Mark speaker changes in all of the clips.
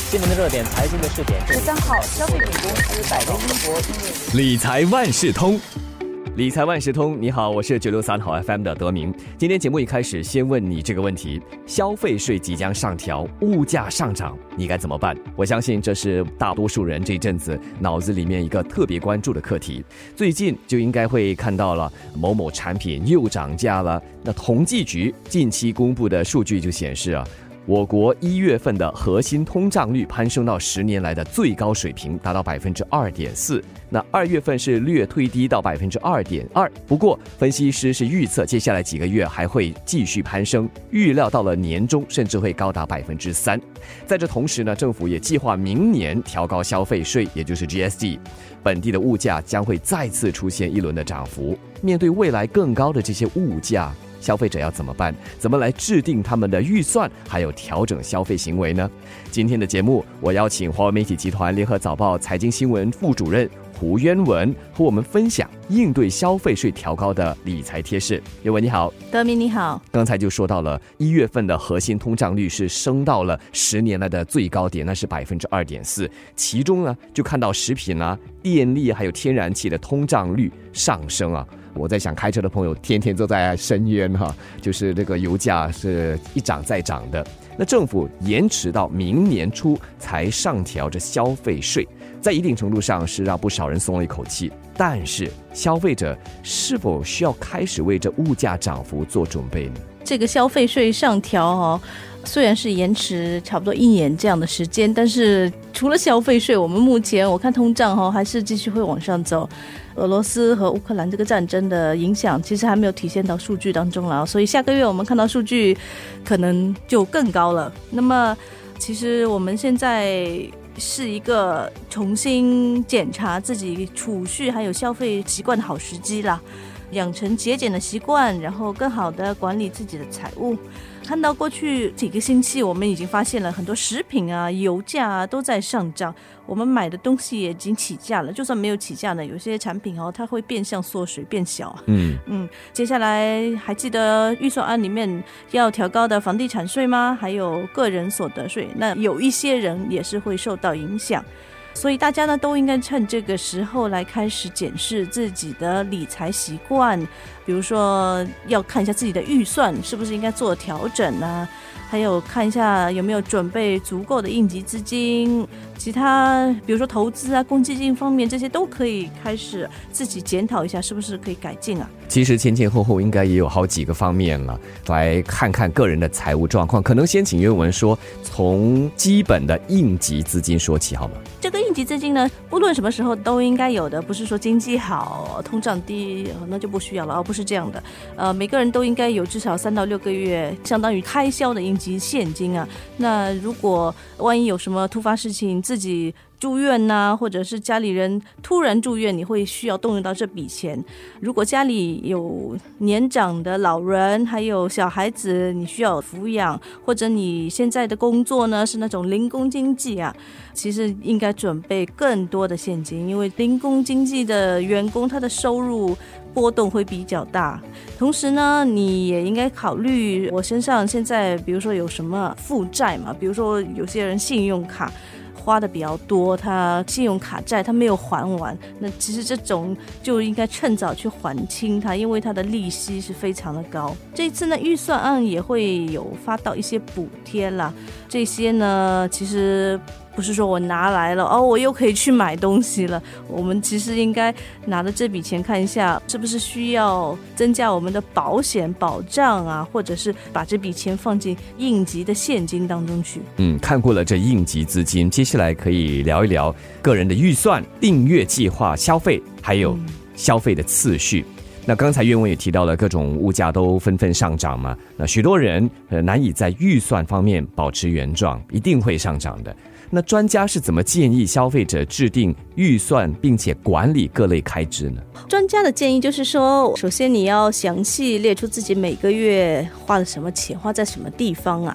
Speaker 1: 新闻的热点，财经的试点。
Speaker 2: 13号，消费品公司百威英博
Speaker 3: 理财万事通。理财万事通，你好，我是963好 FM 的德明。今天节目一开始，先问你这个问题：消费税即将上调，物价上涨，你该怎么办？我相信这是大多数人这一阵子脑子里面一个特别关注的课题。最近就应该会看到了某某产品又涨价了。那统计局近期公布的数据就显示啊，我国1月份的核心通胀率攀升到10年来的最高水平，达到 2.4%。那2月份是略推低到 2.2%。不过，分析师是预测接下来几个月还会继续攀升，预料到了年中甚至会高达 3%。在这同时呢，政府也计划明年调高消费税，也就是 GST， 本地的物价将会再次出现一轮的涨幅。面对未来更高的这些物价，消费者要怎么办？怎么来制定他们的预算，还有调整消费行为呢？今天的节目，我邀请华为媒体集团联合早报财经新闻副主任胡渊文和我们分享应对消费税调高的理财贴士。渊文你好。
Speaker 2: 德明你好。
Speaker 3: 刚才就说到了1月份的核心通胀率是升到了10年来的最高点，那是 2.4%。其中呢，就看到食品啊、电力还有天然气的通胀率上升啊。我在想，开车的朋友天天都在深渊哈，就是这个油价是一涨再涨的。那政府延迟到明年初才上调这消费税，在一定程度上是让不少人松了一口气。但是消费者是否需要开始为这物价涨幅做准备呢？
Speaker 2: 这个消费税上调虽然是延迟差不多1年这样的时间，但是除了消费税，我们目前我看通胀还是继续会往上走。俄罗斯和乌克兰这个战争的影响其实还没有体现到数据当中了，所以下个月我们看到数据可能就更高了。那么其实我们现在是一个重新检查自己储蓄还有消费习惯的好时机啦，养成节俭的习惯，然后更好的管理自己的财务。看到过去几个星期，我们已经发现了很多食品啊、油价啊都在上涨，我们买的东西也已经起价了。就算没有起价呢，有些产品它会变相缩水变小。接下来还记得预算案里面要调高的房地产税吗？还有个人所得税，那有一些人也是会受到影响。所以大家呢都应该趁这个时候来开始检视自己的理财习惯，比如说要看一下自己的预算是不是应该做调整啊，还有看一下有没有准备足够的应急资金，其他比如说投资啊、公积金方面，这些都可以开始自己检讨一下是不是可以改进啊。
Speaker 3: 其实前前后后应该也有好几个方面了，来看看个人的财务状况。可能先请渊文说，从基本的应急资金说起好吗？
Speaker 2: 这个应急资金呢，不论什么时候都应该有的，不是说经济好、通胀低那就不需要了，不是这样的。每个人都应该有至少3到6个月相当于开销的应急现金啊。那如果万一有什么突发事情，自己住院啊，或者是家里人突然住院，你会需要动用到这笔钱。如果家里有年长的老人还有小孩子你需要抚养，或者你现在的工作呢是那种零工经济啊，其实应该准备更多的现金，因为零工经济的员工他的收入波动会比较大。同时呢，你也应该考虑我身上现在比如说有什么负债嘛，比如说有些人信用卡花的比较多，他信用卡债他没有还完，那其实这种就应该趁早去还清它，因为它的利息是非常的高。这一次呢，预算案也会有发到一些补贴啦，这些呢其实不是说我拿来了我又可以去买东西了，我们其实应该拿着这笔钱看一下是不是需要增加我们的保险保障啊，或者是把这笔钱放进应急的现金当中去。
Speaker 3: 看过了这应急资金，接下来可以聊一聊个人的预算、订阅计划、消费，还有消费的次序。那刚才渊文也提到了各种物价都纷纷上涨嘛，那许多人难以在预算方面保持原状，一定会上涨的。那专家是怎么建议消费者制定预算并且管理各类开支呢？
Speaker 2: 专家的建议就是说，首先你要详细列出自己每个月花了什么钱，花在什么地方啊。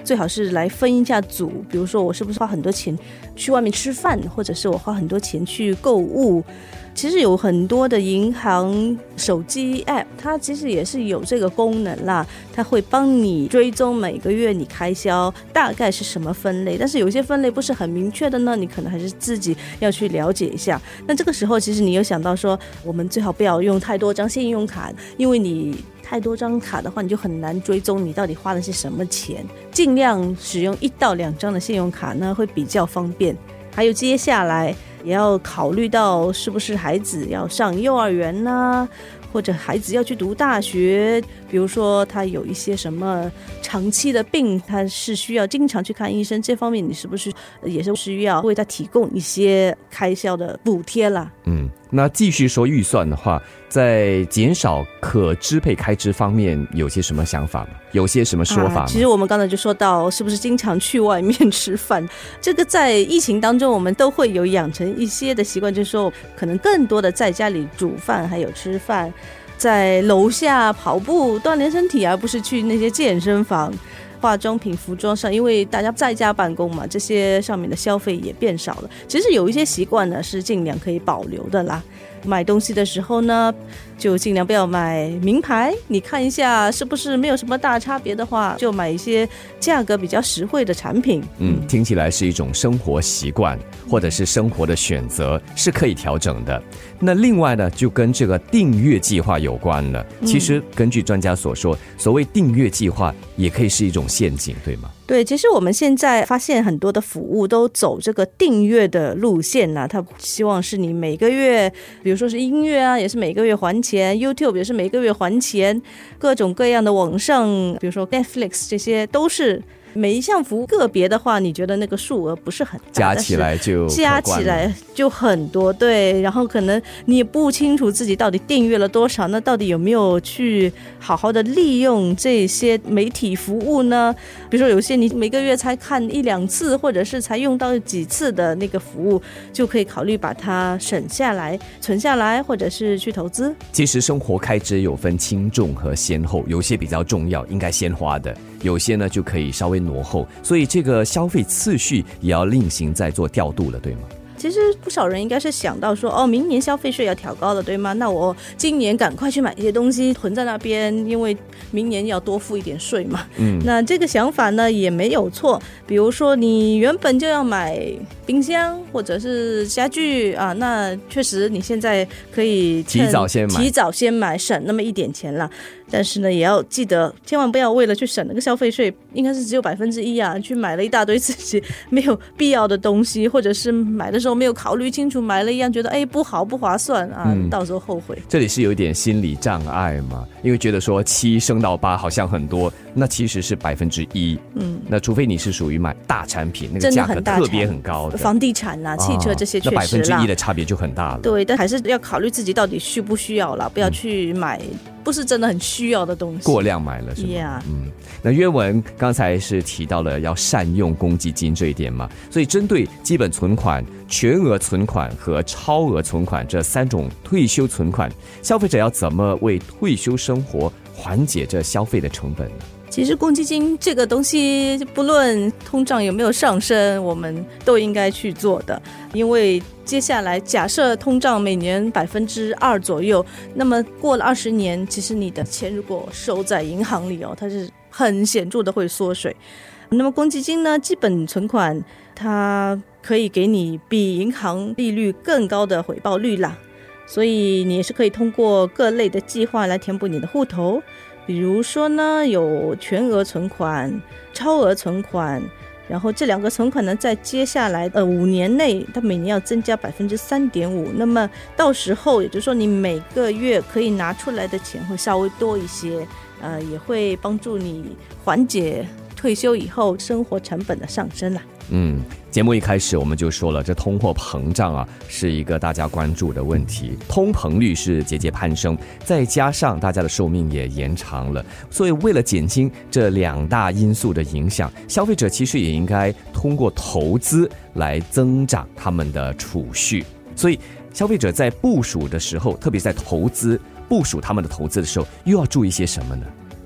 Speaker 2: 最好是来分一下组，比如说我是不是花很多钱去外面吃饭，或者是我花很多钱去购物。其实有很多的银行手机 App， 它其实也是有这个功能啦，它会帮你追踪每个月你开销大概是什么分类，但是有些分类不是很明确的呢，你可能还是自己要去了解一下。那这个时候其实你有想到说，我们最好不要用太多张信用卡，因为你太多张卡的话，你就很难追踪你到底花的是什么钱，尽量使用1到2张的信用卡呢，会比较方便。还有接下来也要考虑到是不是孩子要上幼儿园呢，或者孩子要去读大学，比如说他有一些什么长期的病，他是需要经常去看医生，这方面你是不是也是需要为他提供一些开销的补贴啦？
Speaker 3: 那继续说预算的话，在减少可支配开支方面有些什么想法吗？有些什么说法吗？
Speaker 2: 其实我们刚才就说到，是不是经常去外面吃饭，这个在疫情当中我们都会有养成一些的习惯，就是说可能更多的在家里煮饭还有吃饭，在楼下跑步锻炼身体，而不是去那些健身房。化妆品服装上，因为大家在家办公嘛，这些上面的消费也变少了。其实有一些习惯呢是尽量可以保留的啦。买东西的时候呢，就尽量不要买名牌，你看一下是不是没有什么大差别的话，就买一些价格比较实惠的产品。
Speaker 3: 听起来是一种生活习惯或者是生活的选择，是可以调整的。那另外呢，就跟这个订阅计划有关了。其实根据专家所说，所谓订阅计划也可以是一种陷阱，对吗？
Speaker 2: 对，其实我们现在发现很多的服务都走这个订阅的路线啦，它希望是你每个月，比如说是音乐啊，也是每个月还钱， YouTube 也是每个月还钱，各种各样的网上，比如说 Netflix 这些都是。每一项服务个别的话，你觉得那个数额不是很大，
Speaker 3: 加起来
Speaker 2: 就很多，对。然后可能你也不清楚自己到底订阅了多少，那到底有没有去好好的利用这些媒体服务呢？比如说有些你每个月才看1-2次，或者是才用到几次的那个服务，就可以考虑把它省下来存下来，或者是去投资。
Speaker 3: 其实生活开支有分轻重和先后，有些比较重要应该先花的，有些呢就可以稍微挪后，所以这个消费次序也要另行再做调度了，对吗？
Speaker 2: 其实不少人应该是想到说，明年消费税要调高了，对吗？那我今年赶快去买一些东西囤在那边，因为明年要多付一点税嘛。那这个想法呢也没有错。比如说你原本就要买冰箱或者是家具啊，那确实你现在可以提早先买，省那么一点钱了。但是呢，也要记得千万不要为了去省那个消费税，应该是只有1%啊，去买了一大堆自己没有必要的东西，或者是买的时候没有考虑清楚，买了一样觉得不好不划算啊，到时候后悔。
Speaker 3: 这里是有一点心理障碍嘛，因为觉得说7升到8好像很多，那其实是1%。那除非你是属于买大产品，那个价格特别很高的，
Speaker 2: 房地产啊、汽车这些确实啦，
Speaker 3: 那1%的差别就很大了。
Speaker 2: 对，但还是要考虑自己到底需不需要啦，不要去买不是真的很需要的东西，
Speaker 3: 过量买了是吗？那约文刚才是提到了要善用公积金这一点嘛，所以针对基本存款、全额存款和超额存款这3种退休存款，消费者要怎么为退休生活缓解这消费的成本呢？
Speaker 2: 其实公积金这个东西不论通胀有没有上升，我们都应该去做的，因为接下来假设通胀每年2%左右，那么过了20年，其实你的钱如果收在银行里它是很显著的会缩水。那么公积金呢，基本存款它可以给你比银行利率更高的回报率啦，所以你也是可以通过各类的计划来填补你的户头。比如说呢，有全额存款、超额存款，然后这2个存款呢，在接下来5年内，它每年要增加3.5%。那么到时候，也就是说，你每个月可以拿出来的钱会稍微多一些，也会帮助你缓解退休以后生活成本的上升啦。
Speaker 3: 节目一开始我们就说了，这通货膨胀是一个大家关注的问题，通膨率是节节攀升，再加上大家的寿命也延长了，所以为了减轻这2大因素的影响，消费者其实也应该通过投资来增长他们的储蓄。所以消费者在部署的时候，特别在投资部署他们的投资的时候，又要注意些什么呢？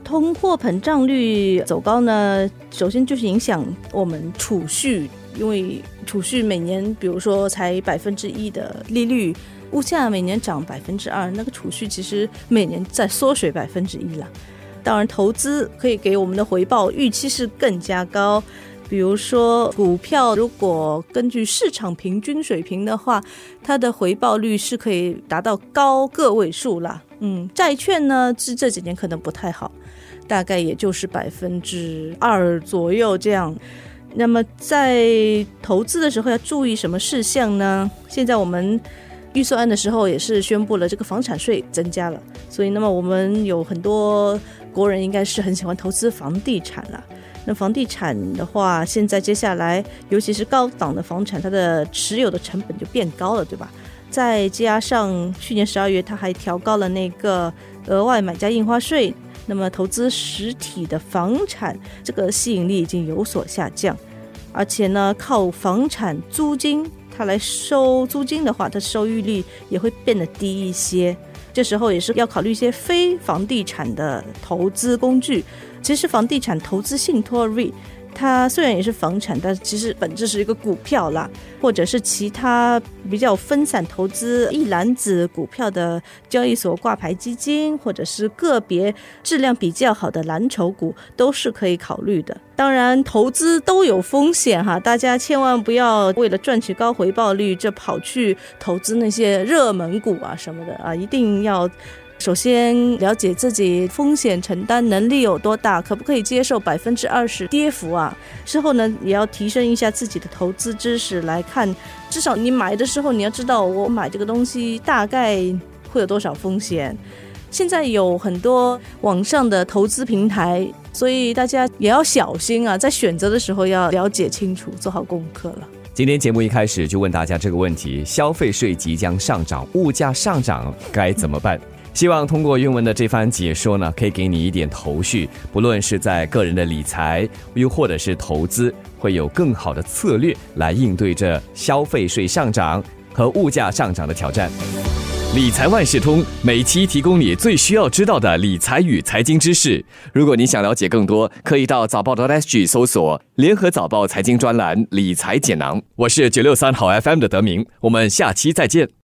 Speaker 2: 通货膨胀率走高呢，首先就是影响我们储蓄，因为储蓄每年比如说才1%的利率，物价每年涨2%，那个储蓄其实每年在缩水1%了。当然投资可以给我们的回报预期是更加高，比如说股票如果根据市场平均水平的话，它的回报率是可以达到高个位数啦。债券呢这几年可能不太好，大概也就是2%左右这样。那么在投资的时候要注意什么事项呢？现在我们预算案的时候也是宣布了这个房产税增加了，所以那么我们有很多国人应该是很喜欢投资房地产啦。那房地产的话，现在接下来尤其是高档的房产，它的持有的成本就变高了，对吧？再加上去年12月它还调高了那个额外买家印花税，那么投资实体的房产这个吸引力已经有所下降，而且呢靠房产租金它来收租金的话，它收益率也会变得低一些。这时候也是要考虑一些非房地产的投资工具。其实房地产投资信托 REIT 它虽然也是房产，但其实本质是一个股票啦，或者是其他比较分散投资一篮子股票的交易所挂牌基金，或者是个别质量比较好的蓝筹股，都是可以考虑的。当然投资都有风险哈，大家千万不要为了赚取高回报率就跑去投资那些热门股啊什么的啊，一定要首先了解自己风险承担能力有多大，可不可以接受20%跌幅啊？之后呢，也要提升一下自己的投资知识来看，至少你买的时候你要知道我买这个东西大概会有多少风险。现在有很多网上的投资平台，所以大家也要小心啊，在选择的时候要了解清楚，做好功课了。
Speaker 3: 今天节目一开始就问大家这个问题，消费税即将上涨，物价上涨该怎么办？希望通过韵文的这番解说呢，可以给你一点头绪，不论是在个人的理财，又或者是投资，会有更好的策略来应对这消费税上涨和物价上涨的挑战。理财万事通每期提供你最需要知道的理财与财经知识。如果你想了解更多，可以到早报.sg 搜索联合早报财经专栏理财解囊。我是963好 FM 的德明，我们下期再见。